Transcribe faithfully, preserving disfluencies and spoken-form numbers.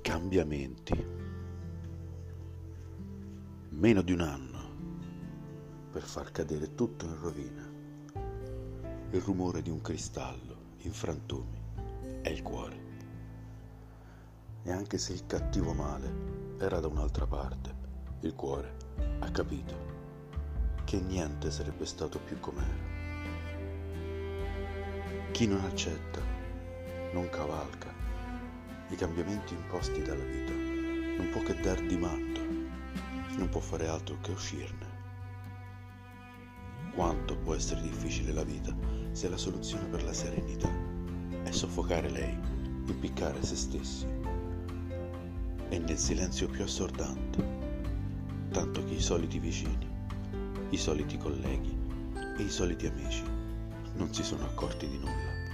cambiamenti. Meno di un anno per far cadere tutto in rovina. Il rumore di un cristallo in frantumi è il cuore. E anche se il cattivo male era da un'altra parte, il cuore ha capito che niente sarebbe stato più com'era. Chi non accetta, non cavalca i cambiamenti imposti dalla vita, non può che dar di matto, non può fare altro che uscirne. Quanto può essere difficile la vita se la soluzione per la serenità è soffocare lei, impiccare se stessi. E nel silenzio più assordante, tanto che i soliti vicini, i soliti colleghi e i soliti amici non si sono accorti di nulla.